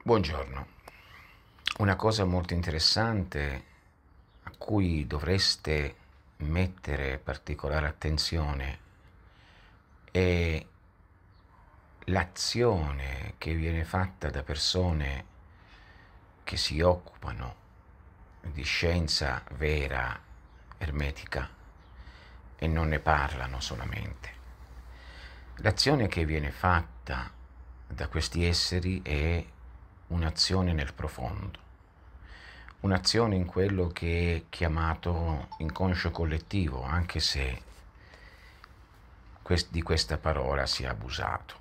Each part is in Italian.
Buongiorno. Una cosa molto interessante a cui dovreste mettere particolare attenzione è l'azione che viene fatta da persone che si occupano di scienza vera, ermetica, e non ne parlano solamente. L'azione che viene fatta da questi esseri è un'azione nel profondo, un'azione in quello che è chiamato inconscio collettivo, anche se di questa parola si è abusato.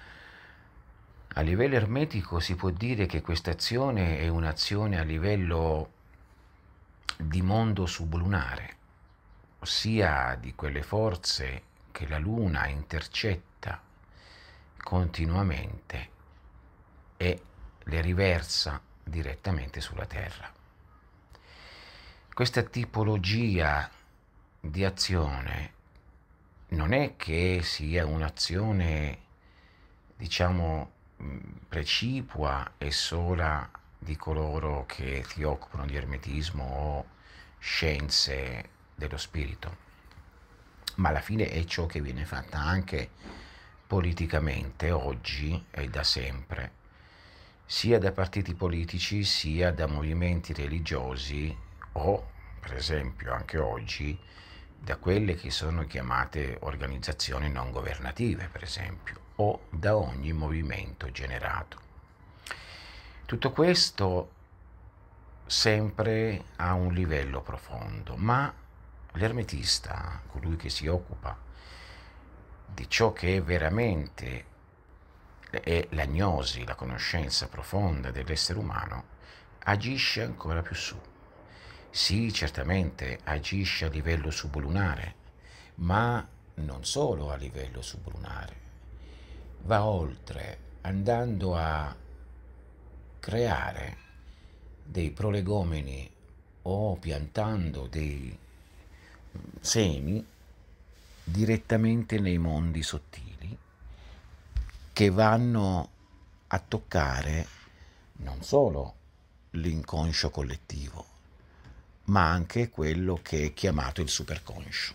A livello ermetico si può dire che questa azione è un'azione a livello di mondo sublunare, ossia di quelle forze che la Luna intercetta continuamente e le riversa direttamente sulla Terra. Questa tipologia di azione non è che sia un'azione, diciamo, precipua e sola di coloro che si occupano di ermetismo o scienze dello spirito, ma alla fine è ciò che viene fatta anche politicamente oggi e da sempre, sia da partiti politici sia da movimenti religiosi o, per esempio, anche oggi da quelle che sono chiamate organizzazioni non governative, per esempio, o da ogni movimento generato. Tutto questo sempre a un livello profondo, ma l'ermetista, colui che si occupa di ciò che è veramente è l'agnosi, la conoscenza profonda dell'essere umano, agisce ancora più su. Sì, certamente agisce a livello sublunare, ma non solo a livello sublunare, va oltre, andando a creare dei prolegomeni o piantando dei semi direttamente nei mondi sottili che vanno a toccare non solo l'inconscio collettivo, ma anche quello che è chiamato il superconscio.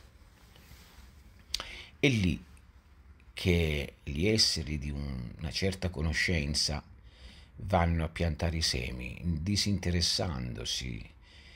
È lì che gli esseri di una certa conoscenza vanno a piantare i semi, disinteressandosi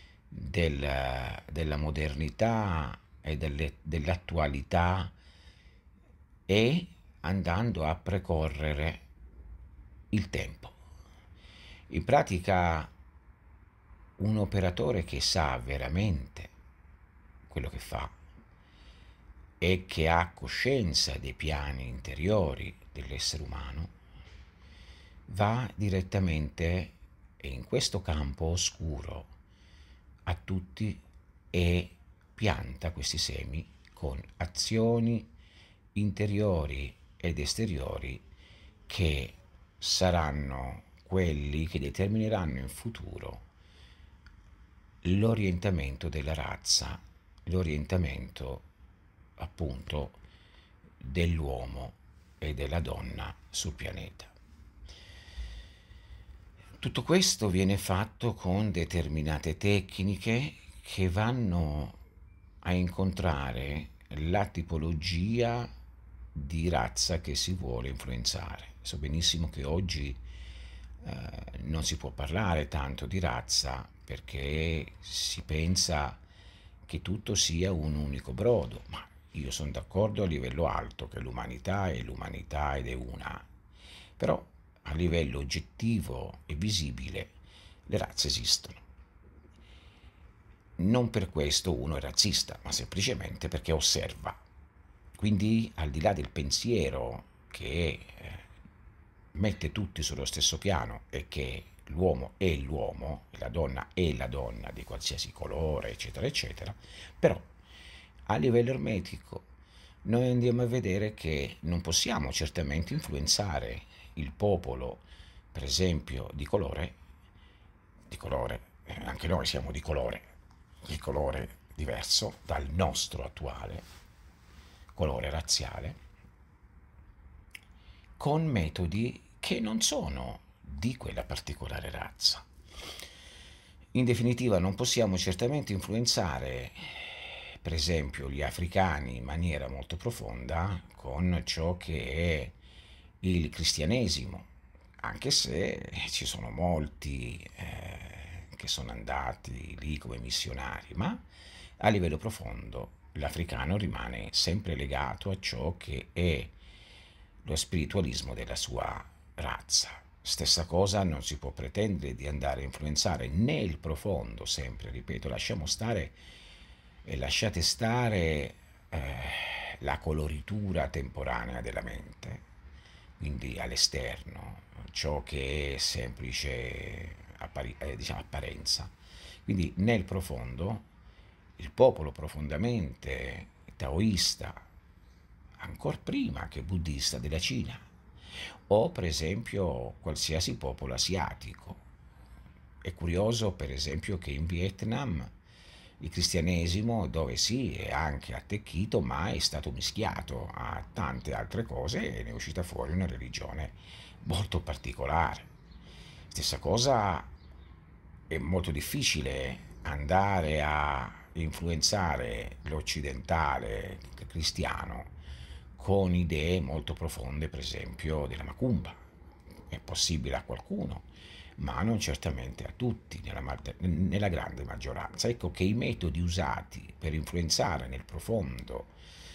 della modernità e dell'attualità e andando a precorrere il tempo. In pratica un operatore che sa veramente quello che fa e che ha coscienza dei piani interiori dell'essere umano va direttamente in questo campo oscuro a tutti e pianta questi semi con azioni interiori ed esteriori che saranno quelli che determineranno in futuro l'orientamento della razza, l'orientamento appunto dell'uomo e della donna sul pianeta. Tutto questo viene fatto con determinate tecniche che vanno a incontrare la tipologia di razza che si vuole influenzare. So benissimo che oggi non si può parlare tanto di razza perché si pensa che tutto sia un unico brodo, ma io sono d'accordo a livello alto che l'umanità è l'umanità ed è una, però a livello oggettivo e visibile le razze esistono. Non per questo uno è razzista, ma semplicemente perché osserva. Quindi, al di là del pensiero che mette tutti sullo stesso piano e che l'uomo è l'uomo, e la donna è la donna di qualsiasi colore, eccetera, eccetera, però a livello ermetico noi andiamo a vedere che non possiamo certamente influenzare il popolo, per esempio, anche noi siamo di colore diverso dal nostro attuale colore razziale, con metodi che non sono di quella particolare razza. In definitiva, non possiamo certamente influenzare, per esempio, gli africani in maniera molto profonda con ciò che è il cristianesimo, anche se ci sono molti che sono andati lì come missionari, ma a livello profondo l'africano rimane sempre legato a ciò che è lo spiritualismo della sua razza. Stessa cosa non si può pretendere di andare a influenzare nel profondo, sempre, ripeto, lasciamo stare e lasciate stare la coloritura temporanea della mente, quindi all'esterno, ciò che è semplice diciamo, apparenza. Quindi nel profondo, il popolo profondamente taoista, ancora prima che buddista della Cina, o per esempio qualsiasi popolo asiatico. È curioso per esempio che in Vietnam il cristianesimo, dove sì, è anche attecchito, ma è stato mischiato a tante altre cose e ne è uscita fuori una religione molto particolare. Stessa cosa, è molto difficile andare a influenzare l'occidentale cristiano con idee molto profonde, per esempio, della Macumba. È possibile a qualcuno, ma non certamente a tutti, nella grande maggioranza. Ecco che i metodi usati per influenzare nel profondo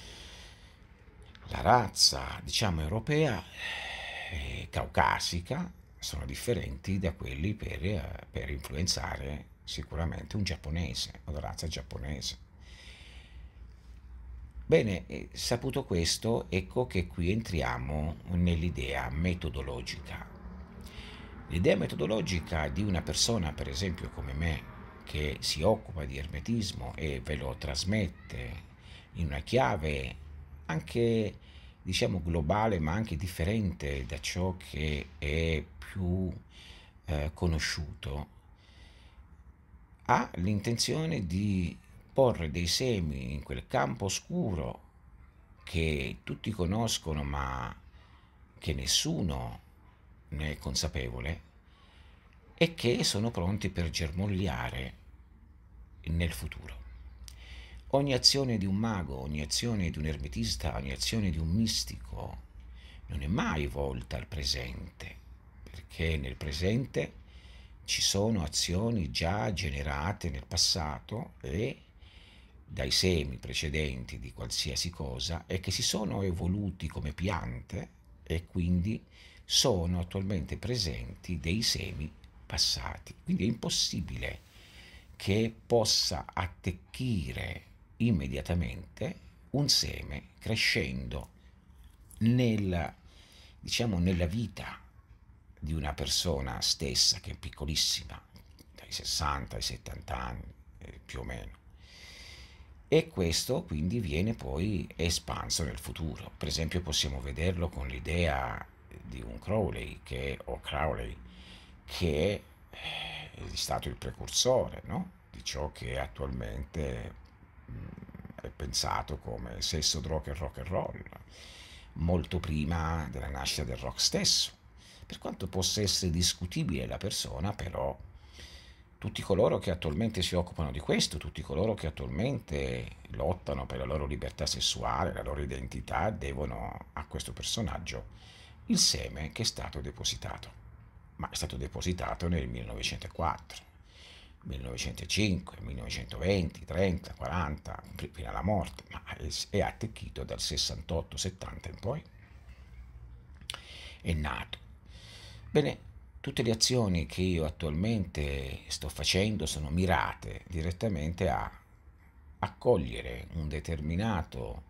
la razza, diciamo, europea e caucasica sono differenti da quelli per influenzare sicuramente un giapponese o la razza giapponese. Bene, saputo questo, ecco che qui entriamo nell'idea metodologica. L'idea metodologica di una persona, per esempio come me, che si occupa di ermetismo e ve lo trasmette in una chiave anche, diciamo, globale, ma anche differente da ciò che è più conosciuto, ha l'intenzione di porre dei semi in quel campo oscuro che tutti conoscono ma che nessuno ne è consapevole e che sono pronti per germogliare nel futuro. Ogni azione di un mago, ogni azione di un ermetista, ogni azione di un mistico non è mai volta al presente, perché nel presente ci sono azioni già generate nel passato e dai semi precedenti di qualsiasi cosa e che si sono evoluti come piante e quindi sono attualmente presenti dei semi passati. Quindi è impossibile che possa attecchire immediatamente un seme crescendo nella, diciamo, nella vita di una persona stessa che è piccolissima, dai 60 ai 70 anni più o meno. E questo quindi viene poi espanso nel futuro. Per esempio possiamo vederlo con l'idea di un Crowley, che è stato il precursore, no? Di ciò che attualmente è pensato come sesso, droga e rock and roll, molto prima della nascita del rock stesso. Per quanto possa essere discutibile la persona, però tutti coloro che attualmente si occupano di questo, tutti coloro che attualmente lottano per la loro libertà sessuale, la loro identità, devono a questo personaggio il seme che è stato depositato. Ma è stato depositato nel 1904, 1905, 1920, 30, 40, fino alla morte, ma è attecchito dal 68-70 in poi. È nato. Bene, tutte le azioni che io attualmente sto facendo sono mirate direttamente a accogliere un determinato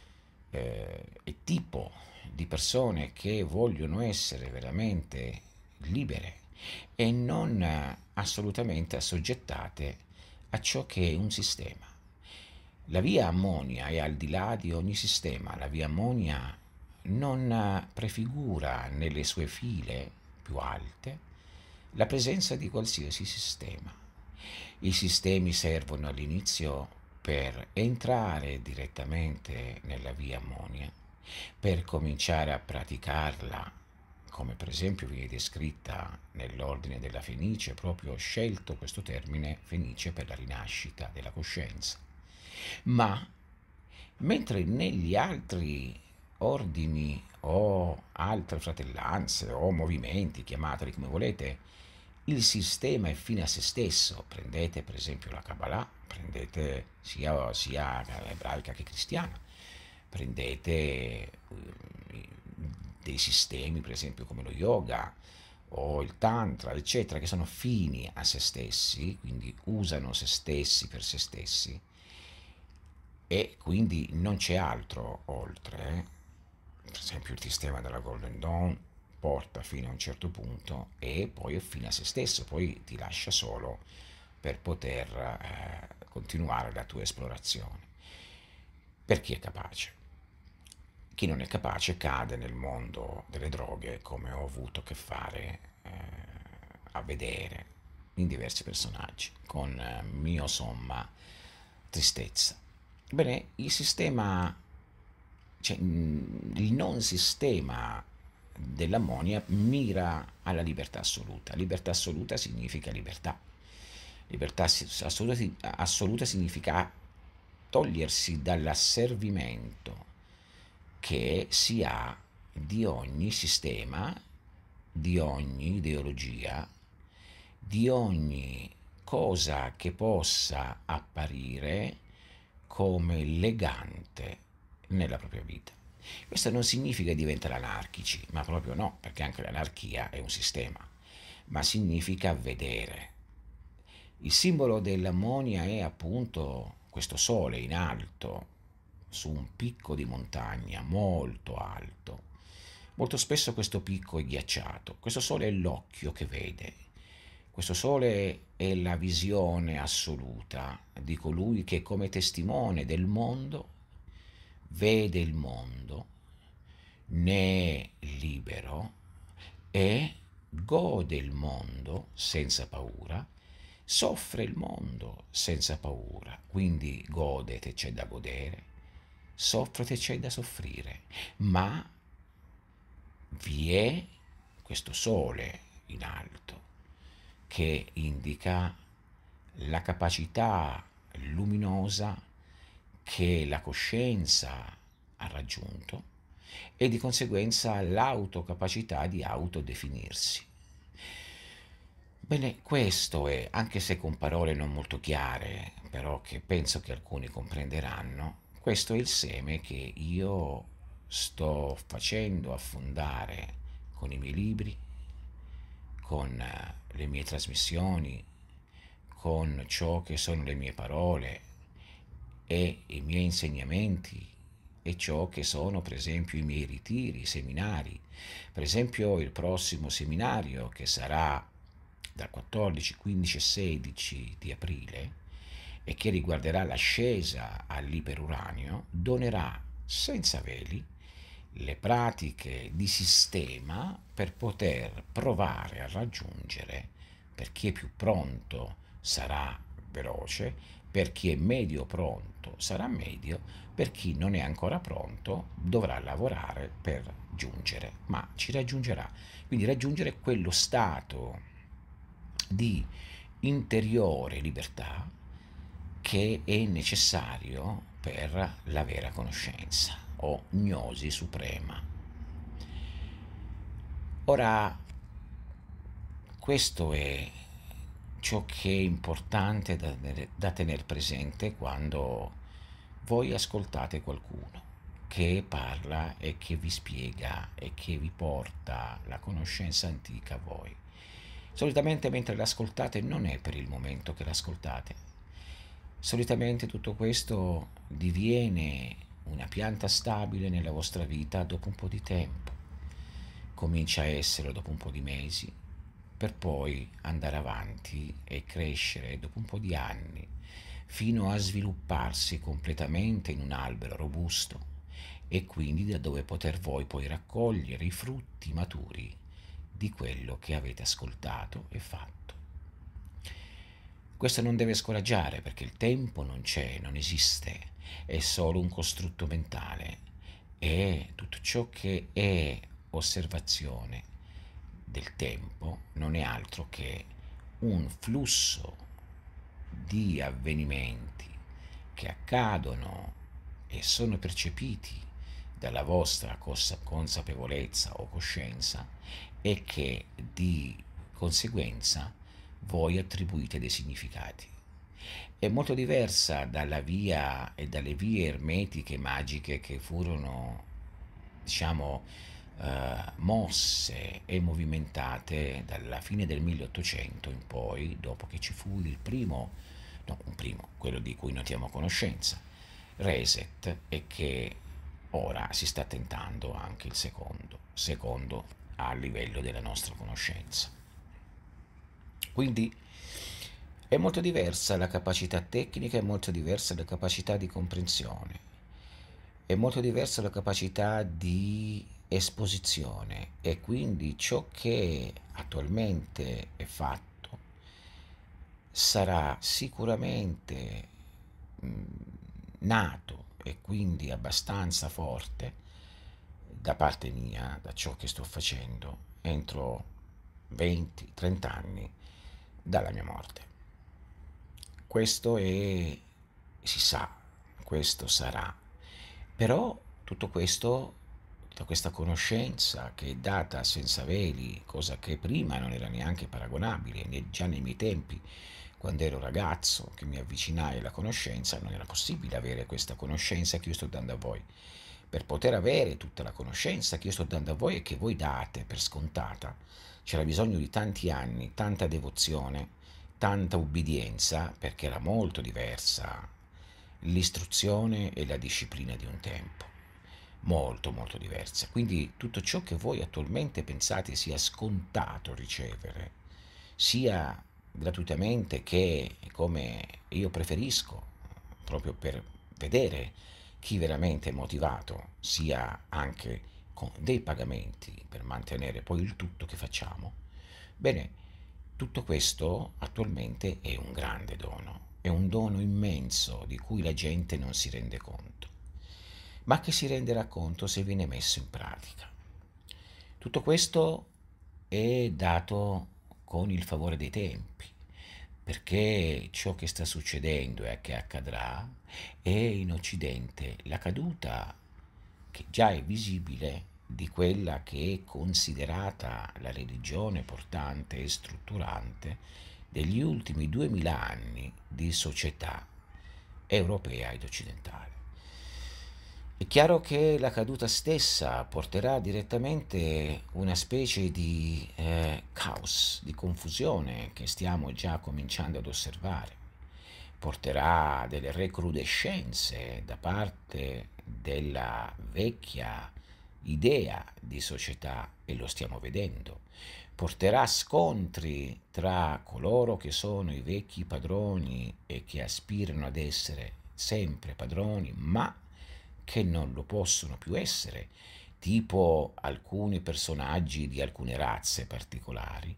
tipo di persone che vogliono essere veramente libere e non assolutamente assoggettate a ciò che è un sistema. La via Ammonia è al di là di ogni sistema, la via Ammonia non prefigura nelle sue file più alte la presenza di qualsiasi sistema. I sistemi servono all'inizio per entrare direttamente nella via Ammonia, per cominciare a praticarla come per esempio viene descritta nell'ordine della Fenice, proprio ho scelto questo termine Fenice per la rinascita della coscienza. Ma mentre negli altri ordini o altre fratellanze o movimenti, chiamateli come volete, il sistema è fine a se stesso. Prendete per esempio la Kabbalah, prendete sia ebraica che cristiana, prendete dei sistemi per esempio come lo yoga o il tantra, eccetera, che sono fini a se stessi, quindi usano se stessi per se stessi, e quindi non c'è altro oltre. Per esempio il sistema della Golden Dawn porta fino a un certo punto e poi è fine a se stesso, poi ti lascia solo per poter continuare la tua esplorazione. Per chi è capace. Chi non è capace cade nel mondo delle droghe, come ho avuto a che fare a vedere in diversi personaggi, con mio somma tristezza. Bene, il sistema, cioè il non sistema dell'ammonia mira alla libertà assoluta. Libertà assoluta significa libertà. Libertà assoluta significa togliersi dall'asservimento che si ha di ogni sistema, di ogni ideologia, di ogni cosa che possa apparire come legante nella propria vita. Questo non significa diventare anarchici, ma proprio no, perché anche l'anarchia è un sistema, ma significa vedere. Il simbolo dell'ammonia è appunto questo sole in alto, su un picco di montagna molto alto. Molto spesso questo picco è ghiacciato, questo sole è l'occhio che vede, questo sole è la visione assoluta di colui che come testimone del mondo vede il mondo, ne è libero e gode il mondo senza paura, soffre il mondo senza paura, quindi gode se c'è da godere, soffre se c'è da soffrire, ma vi è questo sole in alto che indica la capacità luminosa che la coscienza ha raggiunto e di conseguenza l'autocapacità di autodefinirsi. Bene, questo è, anche se con parole non molto chiare, però che penso che alcuni comprenderanno, questo è il seme che io sto facendo affondare con i miei libri, con le mie trasmissioni, con ciò che sono le mie parole e i miei insegnamenti e ciò che sono per esempio i miei ritiri, i seminari. Per esempio il prossimo seminario che sarà dal 14, 15 e 16 di aprile e che riguarderà l'ascesa all'iperuranio, donerà senza veli le pratiche di sistema per poter provare a raggiungere, per chi è più pronto sarà veloce, per chi è medio pronto sarà medio, per chi non è ancora pronto dovrà lavorare per giungere, ma ci raggiungerà. Quindi raggiungere quello stato di interiore libertà che è necessario per la vera conoscenza o gnosi suprema. Ora, questo è ciò che è importante da tenere presente quando voi ascoltate qualcuno che parla e che vi spiega e che vi porta la conoscenza antica a voi. Solitamente mentre l'ascoltate non è per il momento che l'ascoltate. Solitamente tutto questo diviene una pianta stabile nella vostra vita dopo un po' di tempo. Comincia a esserlo dopo un po' di mesi, per poi andare avanti e crescere dopo un po' di anni, fino a svilupparsi completamente in un albero robusto e quindi da dove poter voi poi raccogliere i frutti maturi di quello che avete ascoltato e fatto. Questo non deve scoraggiare perché il tempo non c'è, non esiste, è solo un costrutto mentale e tutto ciò che è osservazione del tempo non è altro che un flusso di avvenimenti che accadono e sono percepiti dalla vostra consapevolezza o coscienza e che di conseguenza voi attribuite dei significati. È molto diversa dalla via e dalle vie ermetiche magiche che furono, diciamo, mosse e movimentate dalla fine del 1800 in poi, dopo che ci fu il primo, no, un primo, quello di cui notiamo conoscenza, reset, e che ora si sta tentando anche il secondo a livello della nostra conoscenza. Quindi è molto diversa la capacità tecnica, è molto diversa la capacità di comprensione, è molto diversa la capacità di esposizione e quindi ciò che attualmente è fatto sarà sicuramente nato e quindi abbastanza forte da parte mia, da ciò che sto facendo, entro 20-30 anni dalla mia morte. Questo è, si sa, questo sarà. Però tutto questo, tutta questa conoscenza che è data senza veli, cosa che prima non era neanche paragonabile, già nei miei tempi, quando ero ragazzo, che mi avvicinai alla conoscenza, non era possibile avere questa conoscenza che io sto dando a voi. Per poter avere tutta la conoscenza che io sto dando a voi e che voi date per scontata, c'era bisogno di tanti anni, tanta devozione, tanta ubbidienza, perché era molto diversa l'istruzione e la disciplina di un tempo, molto molto diversa. Quindi tutto ciò che voi attualmente pensate sia scontato ricevere, sia gratuitamente che come io preferisco, proprio per vedere chi veramente è motivato, sia anche con dei pagamenti per mantenere poi il tutto che facciamo. Bene, tutto questo attualmente è un grande dono, è un dono immenso di cui la gente non si rende conto, ma che si renderà conto se viene messo in pratica. Tutto questo è dato con il favore dei tempi, perché ciò che sta succedendo e che accadrà è in Occidente la caduta, che già è visibile, di quella che è considerata la religione portante e strutturante degli ultimi 2000 anni di società europea ed occidentale. È chiaro che la caduta stessa porterà direttamente una specie di caos, di confusione che stiamo già cominciando ad osservare. Porterà delle recrudescenze da parte della vecchia idea di società, e lo stiamo vedendo. Porterà scontri tra coloro che sono i vecchi padroni e che aspirano ad essere sempre padroni, ma che non lo possono più essere, tipo alcuni personaggi di alcune razze particolari,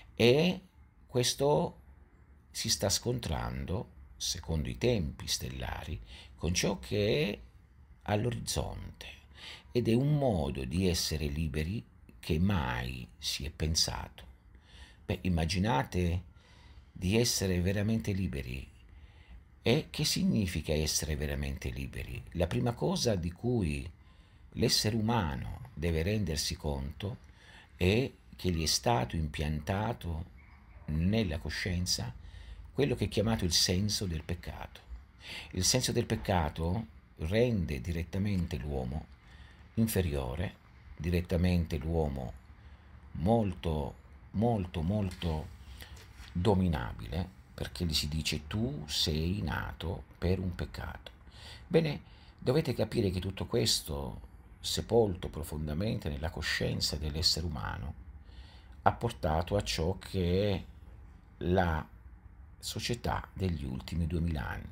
e questo si sta scontrando, secondo i tempi stellari, con ciò che è all'orizzonte, ed è un modo di essere liberi che mai si è pensato. Beh, immaginate di essere veramente liberi. E che significa essere veramente liberi? La prima cosa di cui l'essere umano deve rendersi conto è che gli è stato impiantato nella coscienza quello che è chiamato il senso del peccato. Il senso del peccato rende direttamente l'uomo inferiore, direttamente l'uomo molto, molto, molto dominabile, perché gli si dice tu sei nato per un peccato. Bene, dovete capire che tutto questo, sepolto profondamente nella coscienza dell'essere umano, ha portato a ciò che è la società degli ultimi 2000 anni.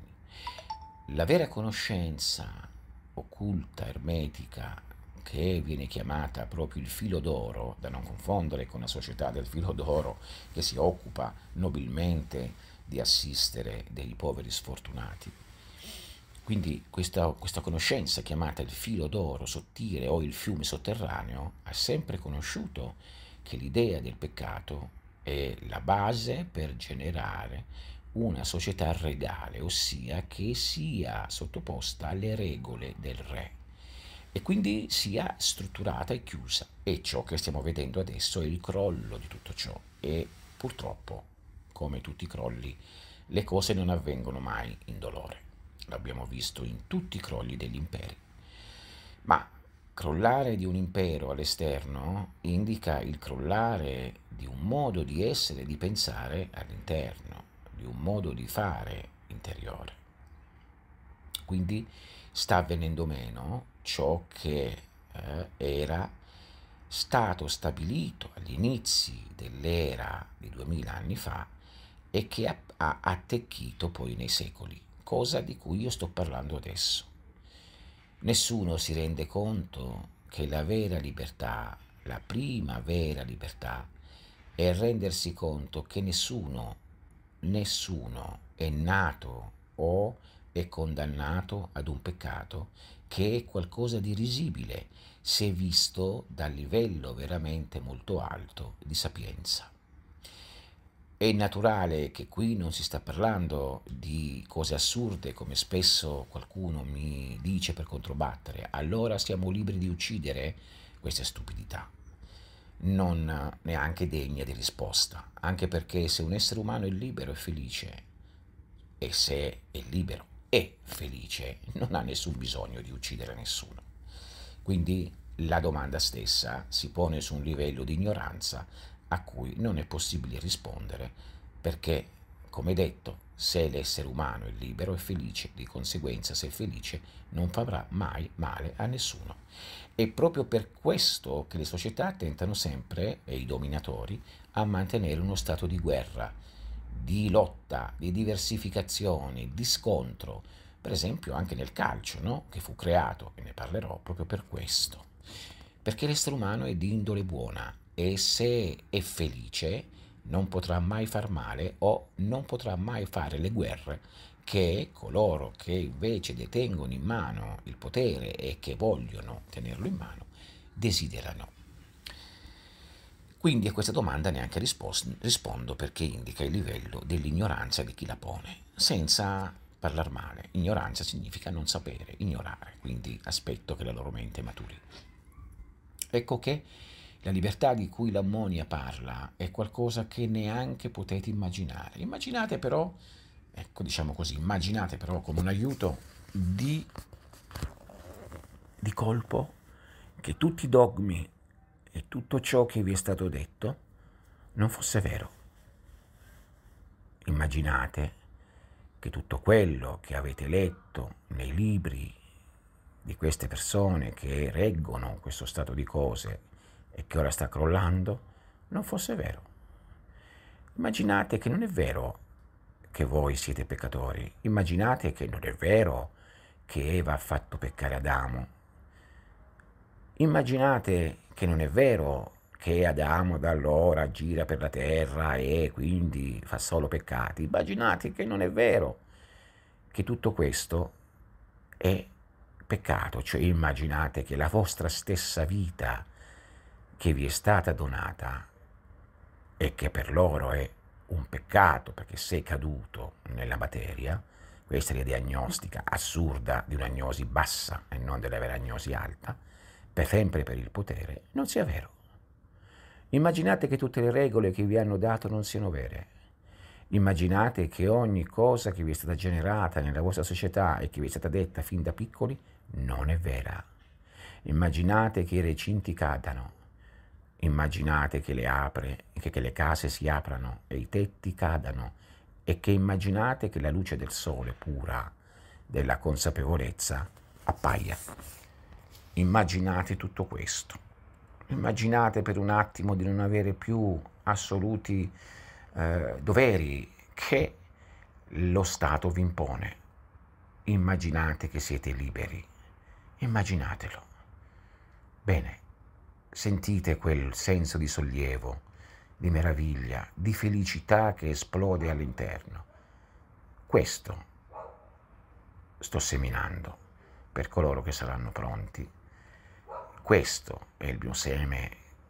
La vera conoscenza occulta, ermetica, che viene chiamata proprio il filo d'oro, da non confondere con la società del filo d'oro che si occupa nobilmente di assistere dei poveri sfortunati. Quindi questa conoscenza chiamata il filo d'oro sottile o il fiume sotterraneo ha sempre conosciuto che l'idea del peccato è la base per generare una società regale, ossia che sia sottoposta alle regole del re e quindi sia strutturata e chiusa. E ciò che stiamo vedendo adesso è il crollo di tutto ciò e purtroppo, come tutti i crolli, le cose non avvengono mai indolore. L'abbiamo visto in tutti i crolli degli imperi. Ma crollare di un impero all'esterno indica il crollare di un modo di essere e di pensare all'interno, di un modo di fare interiore. Quindi sta avvenendo meno ciò che era stato stabilito agli inizi dell'era di 2000 anni fa e che ha attecchito poi nei secoli, cosa di cui io sto parlando adesso. Nessuno si rende conto che la vera libertà, la prima vera libertà, è rendersi conto che nessuno è nato o è condannato ad un peccato che è qualcosa di risibile se visto dal livello veramente molto alto di sapienza. È naturale che qui non si sta parlando di cose assurde come spesso qualcuno mi dice per controbattere, allora siamo liberi di uccidere queste stupidità, non neanche degna di risposta, anche perché se un essere umano è libero e felice, e se è libero e felice, non ha nessun bisogno di uccidere nessuno. Quindi la domanda stessa si pone su un livello di ignoranza a cui non è possibile rispondere perché, come detto, se l'essere umano è libero e felice, di conseguenza se è felice non farà mai male a nessuno. È proprio per questo che le società tentano sempre, e i dominatori, a mantenere uno stato di guerra, di lotta, di diversificazione, di scontro, per esempio anche nel calcio, no? Che fu creato, e ne parlerò, proprio per questo. Perché l'essere umano è di indole buona e se è felice non potrà mai far male o non potrà mai fare le guerre che coloro che invece detengono in mano il potere e che vogliono tenerlo in mano desiderano. Quindi a questa domanda neanche rispondo perché indica il livello dell'ignoranza di chi la pone, senza parlare male. Ignoranza significa non sapere, ignorare, quindi aspetto che la loro mente maturi. Ecco che la libertà di cui l'ammonia parla è qualcosa che neanche potete immaginare. Immaginate però, ecco diciamo così, immaginate però come un aiuto di colpo che tutti i dogmi e tutto ciò che vi è stato detto non fosse vero. Immaginate che tutto quello che avete letto nei libri di queste persone che reggono questo stato di cose e che ora sta crollando non fosse vero. Immaginate che non è vero che voi siete peccatori. Immaginate che non è vero che Eva ha fatto peccare Adamo. Immaginate che non è vero che Adamo da allora gira per la terra e quindi fa solo peccati. Immaginate che non è vero che tutto questo è peccato, cioè immaginate che la vostra stessa vita che vi è stata donata e che per loro è un peccato perché sei caduto nella materia, questa è la diagnostica assurda di un'agnosi bassa e non della vera agnosi alta, per sempre per il potere, non sia vero. Immaginate che tutte le regole che vi hanno dato non siano vere. Immaginate che ogni cosa che vi è stata generata nella vostra società e che vi è stata detta fin da piccoli non è vera. Immaginate che i recinti cadano. Immaginate che che le case si aprano e i tetti cadano e che immaginate che la luce del sole pura della consapevolezza appaia. Immaginate tutto questo. Immaginate per un attimo di non avere più assoluti doveri che lo Stato vi impone. Immaginate che siete liberi. Immaginatelo. Bene, sentite quel senso di sollievo, di meraviglia, di felicità che esplode all'interno. Questo sto seminando per coloro che saranno pronti. Questo è il mio seme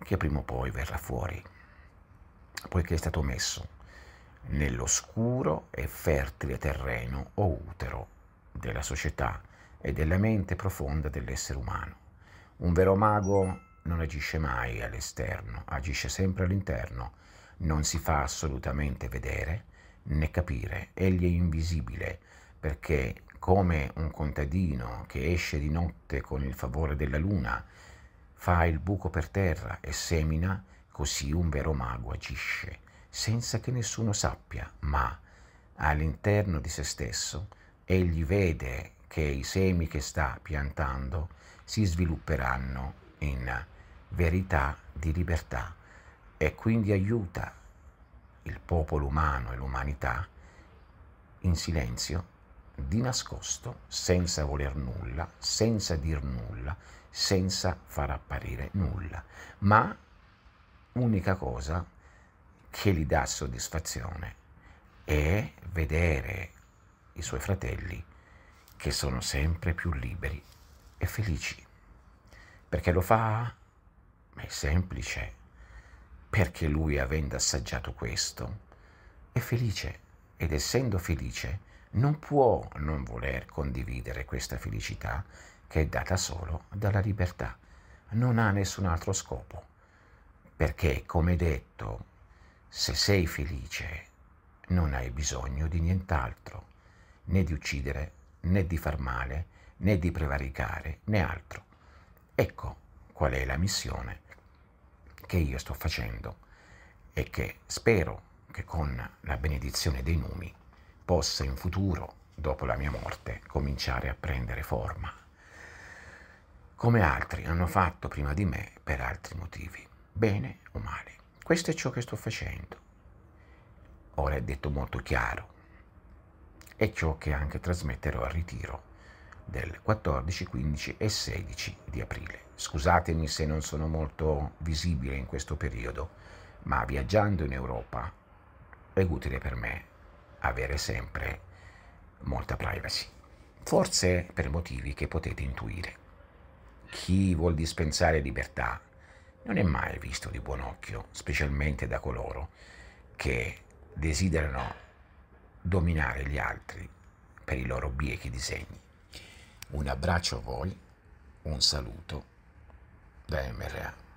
che prima o poi verrà fuori, poiché è stato messo nell'oscuro e fertile terreno o utero della società e della mente profonda dell'essere umano. Un vero mago non agisce mai all'esterno, agisce sempre all'interno, non si fa assolutamente vedere né capire, egli è invisibile perché come un contadino che esce di notte con il favore della luna fa il buco per terra e semina, così un vero mago agisce senza che nessuno sappia, ma all'interno di se stesso egli vede che i semi che sta piantando si svilupperanno in verità di libertà e quindi aiuta il popolo umano e l'umanità in silenzio, di nascosto, senza voler nulla, senza dir nulla, senza far apparire nulla, ma unica cosa che gli dà soddisfazione è vedere i suoi fratelli che sono sempre più liberi e felici. Perché lo fa? È semplice, perché lui, avendo assaggiato questo, è felice ed essendo felice non può non voler condividere questa felicità che è data solo dalla libertà. Non ha nessun altro scopo, perché, come detto, se sei felice non hai bisogno di nient'altro, né di uccidere, né di far male, né di prevaricare, né altro. Ecco qual è la missione che io sto facendo e che spero che con la benedizione dei numi possa in futuro, dopo la mia morte, cominciare a prendere forma, come altri hanno fatto prima di me per altri motivi, bene o male. Questo è ciò che sto facendo. Ora è detto molto chiaro, è ciò che anche trasmetterò al ritiro del 14, 15 e 16 di aprile. Scusatemi se non sono molto visibile in questo periodo, ma viaggiando in Europa è utile per me avere sempre molta privacy, forse per motivi che potete intuire. Chi vuol dispensare libertà non è mai visto di buon occhio, specialmente da coloro che desiderano dominare gli altri per i loro biechi disegni. Un abbraccio a voi, un saluto da MRA.